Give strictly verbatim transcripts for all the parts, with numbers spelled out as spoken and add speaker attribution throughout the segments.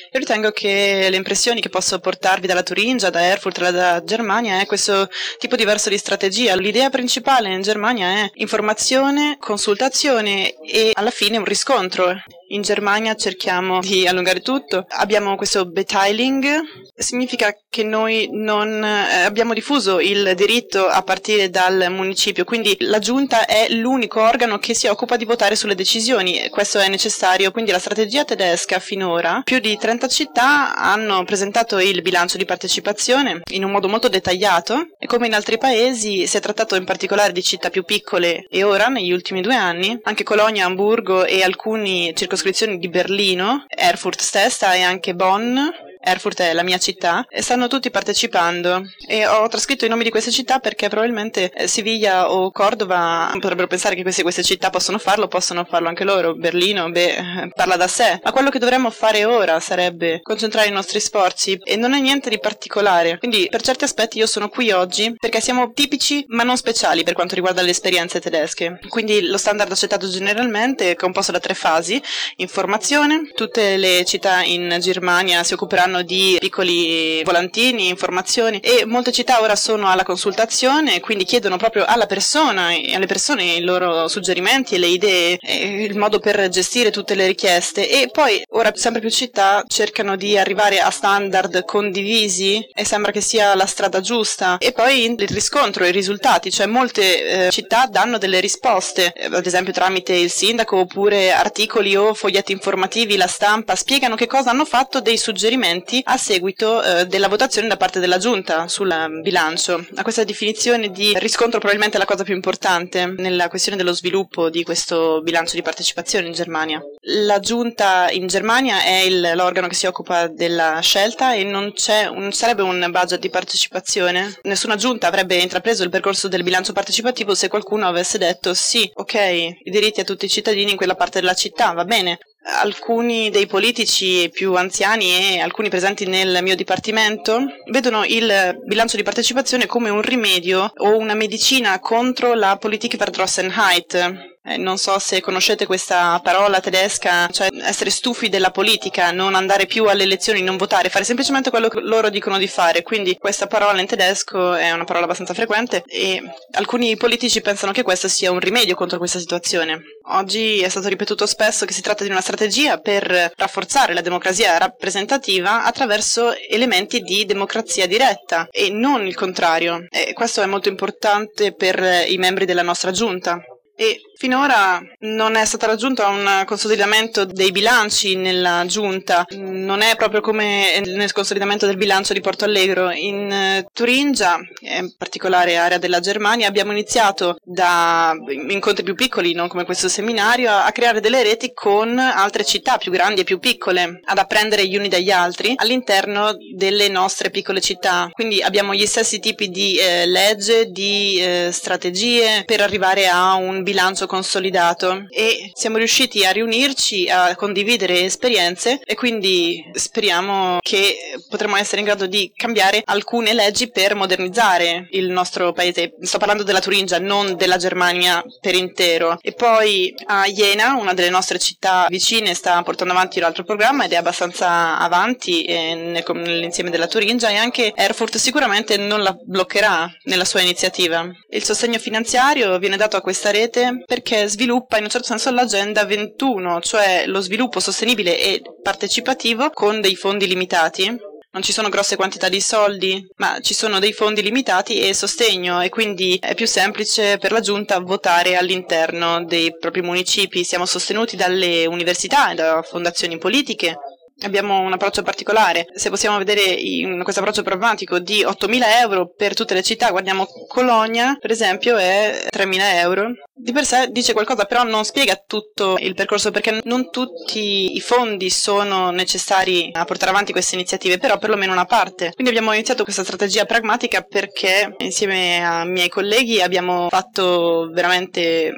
Speaker 1: Io ritengo che le impressioni che posso portarvi dalla Turingia, da Erfurt, dalla Germania è questo tipo diverso di strategia. L'idea principale in Germania è informazione, consultazione e alla fine un riscontro. In Germania cerchiamo di allungare tutto. Abbiamo questo Beteiligung, significa che noi non eh, abbiamo diffuso il diritto a partire dal municipio, quindi la giunta è l'unico organo che si occupa di votare sulle decisioni. Questo è necessario, quindi la strategia tedesca finora, più di trenta città hanno presentato il bilancio di partecipazione in un modo molto dettagliato e come in altri paesi si è trattato in particolare di città più piccole e ora, negli ultimi due anni, anche Colonia, Amburgo e alcuni circoscrizioni di Berlino, Erfurt stessa e anche Bonn, Erfurt è la mia città, e stanno tutti partecipando e ho trascritto i nomi di queste città perché probabilmente Siviglia o Cordova potrebbero pensare che queste, queste città possono farlo, possono farlo anche loro. Berlino, beh, parla da sé, ma quello che dovremmo fare ora sarebbe concentrare i nostri sforzi e non è niente di particolare, quindi per certi aspetti io sono qui oggi perché siamo tipici ma non speciali per quanto riguarda le esperienze tedesche, quindi lo standard accettato generalmente è composto da tre fasi: informazione, tutte le città in Germania si occuperanno di piccoli volantini, informazioni e molte città ora sono alla consultazione, quindi chiedono proprio alla persona e alle persone i loro suggerimenti e le idee e il modo per gestire tutte le richieste e poi ora sempre più città cercano di arrivare a standard condivisi e sembra che sia la strada giusta. E poi il riscontro, i risultati, cioè molte eh, città danno delle risposte, eh, ad esempio tramite il sindaco oppure articoli o foglietti informativi, la stampa spiegano che cosa hanno fatto, dei suggerimenti a seguito eh, della votazione da parte della giunta sul bilancio. A questa definizione di riscontro probabilmente è la cosa più importante nella questione dello sviluppo di questo bilancio di partecipazione in Germania. La giunta in Germania è il, l'organo che si occupa della scelta e non c'è non sarebbe un budget di partecipazione. Nessuna giunta avrebbe intrapreso il percorso del bilancio partecipativo se qualcuno avesse detto sì, ok, i diritti a tutti i cittadini in quella parte della città, va bene. Alcuni dei politici più anziani e alcuni presenti nel mio dipartimento vedono il bilancio di partecipazione come un rimedio o una medicina contro la Politikverdrossenheit. Eh, non so se conoscete questa parola tedesca, cioè essere stufi della politica, non andare più alle elezioni, non votare, fare semplicemente quello che loro dicono di fare. Quindi questa parola in tedesco è una parola abbastanza frequente e alcuni politici pensano che questo sia un rimedio contro questa situazione. Oggi è stato ripetuto spesso che si tratta di una strategia per rafforzare la democrazia rappresentativa attraverso elementi di democrazia diretta e non il contrario. E questo è molto importante per i membri della nostra giunta. E finora non è stato raggiunto un consolidamento dei bilanci nella giunta, non è proprio come nel consolidamento del bilancio di Porto Allegro. In Turingia, in particolare area della Germania, abbiamo iniziato da incontri più piccoli, non come questo seminario, a creare delle reti con altre città più grandi e più piccole, ad apprendere gli uni dagli altri all'interno delle nostre piccole città. Quindi abbiamo gli stessi tipi di eh, legge, di eh, strategie per arrivare a un bilancio consolidato e siamo riusciti a riunirci, a condividere esperienze e quindi speriamo che potremo essere in grado di cambiare alcune leggi per modernizzare il nostro paese. Sto parlando della Turingia, non della Germania per intero. E poi a Jena, una delle nostre città vicine, sta portando avanti l'altro programma ed è abbastanza avanti eh, nell'insieme della Turingia, e anche Erfurt sicuramente non la bloccherà nella sua iniziativa. Il sostegno finanziario viene dato a questa rete perché sviluppa in un certo senso l'agenda ventuno, cioè lo sviluppo sostenibile e partecipativo con dei fondi limitati. Non ci sono grosse quantità di soldi, ma ci sono dei fondi limitati e sostegno, e quindi è più semplice per la giunta votare all'interno dei propri municipi. Siamo sostenuti dalle università e da fondazioni politiche. Abbiamo un approccio particolare. Se possiamo vedere in questo approccio pragmatico di ottomila euro per tutte le città, guardiamo Colonia per esempio è tremila euro. Di per sé dice qualcosa, però non spiega tutto il percorso, perché non tutti i fondi sono necessari a portare avanti queste iniziative, però perlomeno una parte. Quindi abbiamo iniziato questa strategia pragmatica perché insieme a miei colleghi abbiamo fatto veramente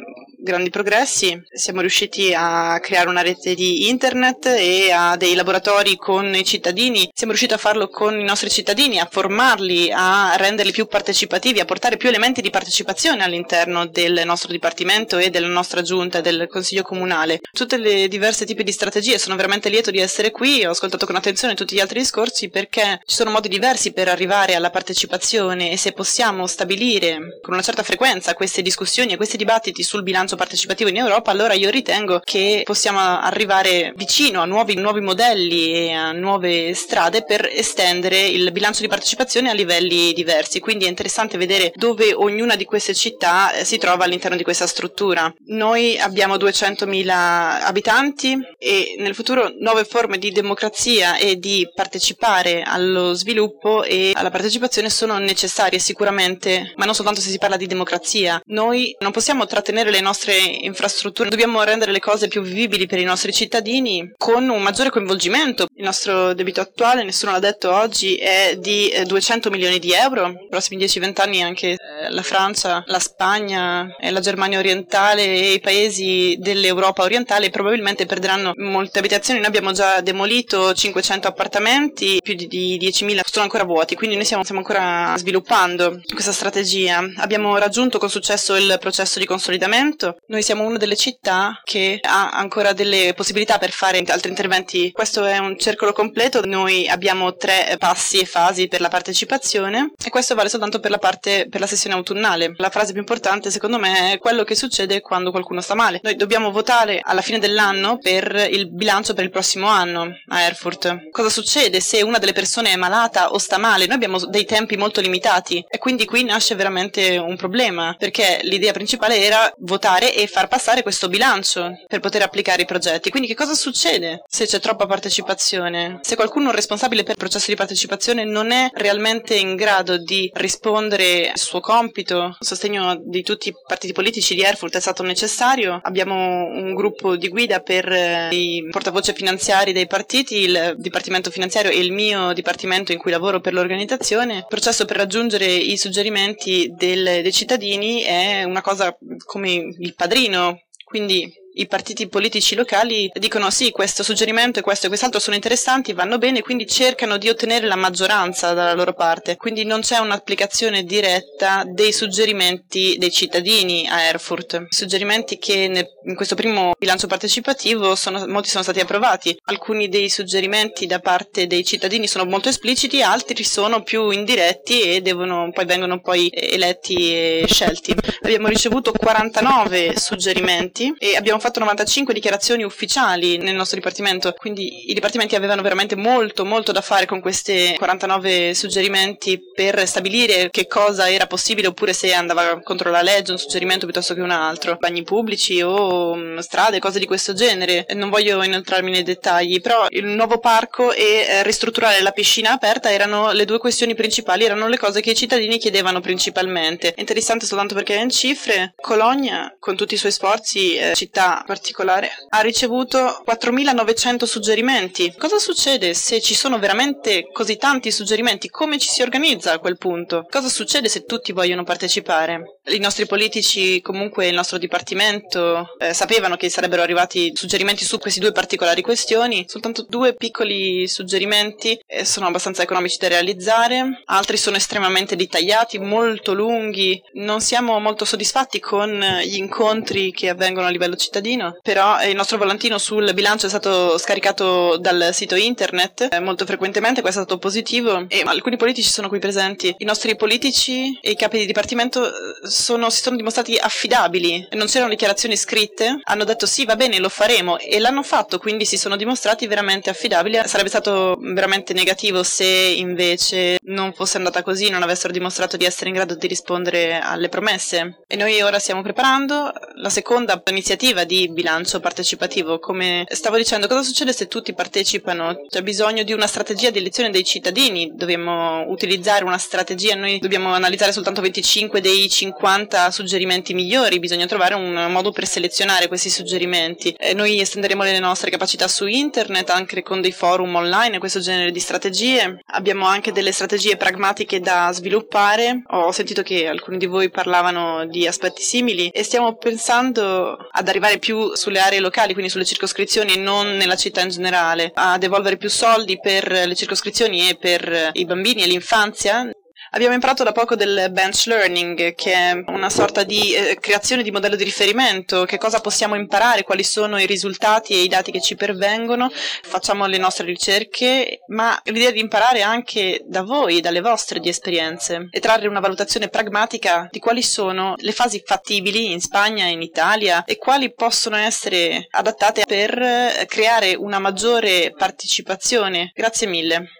Speaker 1: grandi progressi. Siamo riusciti a creare una rete di internet e a dei laboratori con i cittadini. Siamo riusciti a farlo con i nostri cittadini, a formarli, a renderli più partecipativi, a portare più elementi di partecipazione all'interno del nostro dipartimento e della nostra giunta, del consiglio comunale. Tutte le diverse tipi di strategie, sono veramente lieto di essere qui, ho ascoltato con attenzione tutti gli altri discorsi perché ci sono modi diversi per arrivare alla partecipazione, e se possiamo stabilire con una certa frequenza queste discussioni e questi dibattiti sul bilancio partecipativo in Europa, allora io ritengo che possiamo arrivare vicino a nuovi, nuovi modelli e a nuove strade per estendere il bilancio di partecipazione a livelli diversi. Quindi è interessante vedere dove ognuna di queste città eh, si trova all'interno di questa struttura. Noi abbiamo duecentomila abitanti e nel futuro nuove forme di democrazia e di partecipare allo sviluppo e alla partecipazione sono necessarie sicuramente, ma non soltanto se si parla di democrazia. Noi non possiamo trattenere le nostre infrastrutture, dobbiamo rendere le cose più vivibili per i nostri cittadini con un maggiore coinvolgimento. Il nostro debito attuale, nessuno l'ha detto oggi, è di duecento milioni di euro. Nei prossimi dieci venti anni anche la Francia, la Spagna, la Germania orientale e i paesi dell'Europa orientale probabilmente perderanno molte abitazioni. Noi abbiamo già demolito cinquecento appartamenti, più di diecimila sono ancora vuoti, quindi noi stiamo, stiamo ancora sviluppando questa strategia. Abbiamo raggiunto con successo il processo di consolidamento. Noi siamo una delle città che ha ancora delle possibilità per fare altri interventi. Questo è un circolo completo. Noi abbiamo tre passi e fasi per la partecipazione e questo vale soltanto per la parte per la sessione autunnale. La frase più importante secondo me è quello che succede quando qualcuno sta male. Noi dobbiamo votare alla fine dell'anno per il bilancio per il prossimo anno a Erfurt. Cosa succede se una delle persone è malata o sta male? Noi abbiamo dei tempi molto limitati e quindi qui nasce veramente un problema, perché l'idea principale era votare e far passare questo bilancio per poter applicare i progetti. Quindi che cosa succede se c'è troppa partecipazione? Se qualcuno responsabile per il processo di partecipazione non è realmente in grado di rispondere al suo compito, il sostegno di tutti i partiti politici di Erfurt è stato necessario. Abbiamo un gruppo di guida per i portavoce finanziari dei partiti, il dipartimento finanziario e il mio dipartimento in cui lavoro per l'organizzazione. Il processo per raggiungere i suggerimenti del, dei cittadini è una cosa come il padrino, quindi i partiti politici locali dicono sì, questo suggerimento e questo e quest'altro sono interessanti, vanno bene, quindi cercano di ottenere la maggioranza dalla loro parte. Quindi non c'è un'applicazione diretta dei suggerimenti dei cittadini a Erfurt. Suggerimenti che nel, in questo primo bilancio partecipativo sono, molti sono stati approvati. Alcuni dei suggerimenti da parte dei cittadini sono molto espliciti, altri sono più indiretti e devono, poi vengono poi eletti e scelti. Abbiamo ricevuto quarantanove suggerimenti e abbiamo fatto novantacinque dichiarazioni ufficiali nel nostro dipartimento, quindi i dipartimenti avevano veramente molto molto da fare con questi quarantanove suggerimenti per stabilire che cosa era possibile oppure se andava contro la legge un suggerimento piuttosto che un altro, bagni pubblici o um, strade, cose di questo genere. Non voglio inoltrarmi nei dettagli, però il nuovo parco e eh, ristrutturare la piscina aperta erano le due questioni principali, erano le cose che i cittadini chiedevano principalmente. È interessante soltanto perché in cifre Cologna, con tutti i suoi sforzi, eh, città particolare, ha ricevuto quattromilanovecento suggerimenti. Cosa succede se ci sono veramente così tanti suggerimenti? Come ci si organizza a quel punto? Cosa succede se tutti vogliono partecipare? I nostri politici, comunque il nostro dipartimento, eh, sapevano che sarebbero arrivati suggerimenti su queste due particolari questioni. Soltanto due piccoli suggerimenti eh, sono abbastanza economici da realizzare, altri sono estremamente dettagliati, molto lunghi. Non siamo molto soddisfatti con gli incontri che avvengono a livello cittadino, però il nostro volantino sul bilancio è stato scaricato dal sito internet eh, molto frequentemente, questo è stato positivo e alcuni politici sono qui presenti. I nostri politici e i capi di dipartimento sono, si sono dimostrati affidabili, non c'erano dichiarazioni scritte, hanno detto sì, va bene, lo faremo e l'hanno fatto, quindi si sono dimostrati veramente affidabili. Sarebbe stato veramente negativo se invece non fosse andata così, non avessero dimostrato di essere in grado di rispondere alle promesse. E noi ora stiamo preparando la seconda iniziativa di bilancio partecipativo. Come stavo dicendo, cosa succede se tutti partecipano? C'è bisogno di una strategia di elezione dei cittadini, dobbiamo utilizzare una strategia, noi dobbiamo analizzare soltanto venticinque dei cinquanta suggerimenti migliori, bisogna trovare un modo per selezionare questi suggerimenti. E noi estenderemo le nostre capacità su internet, anche con dei forum online, questo genere di strategie. Abbiamo anche delle strategie pragmatiche da sviluppare. Ho sentito che alcuni di voi parlavano di aspetti simili e stiamo pensando ad arrivare più sulle aree locali, quindi sulle circoscrizioni e non nella città in generale, ad evolvere più soldi per le circoscrizioni e per i bambini e l'infanzia. Abbiamo imparato da poco del bench learning, che è una sorta di eh, creazione di modello di riferimento, che cosa possiamo imparare, quali sono i risultati e i dati che ci pervengono, facciamo le nostre ricerche, ma l'idea di imparare anche da voi, dalle vostre di esperienze, e trarre una valutazione pragmatica di quali sono le fasi fattibili in Spagna e in Italia e quali possono essere adattate per creare una maggiore partecipazione. Grazie mille.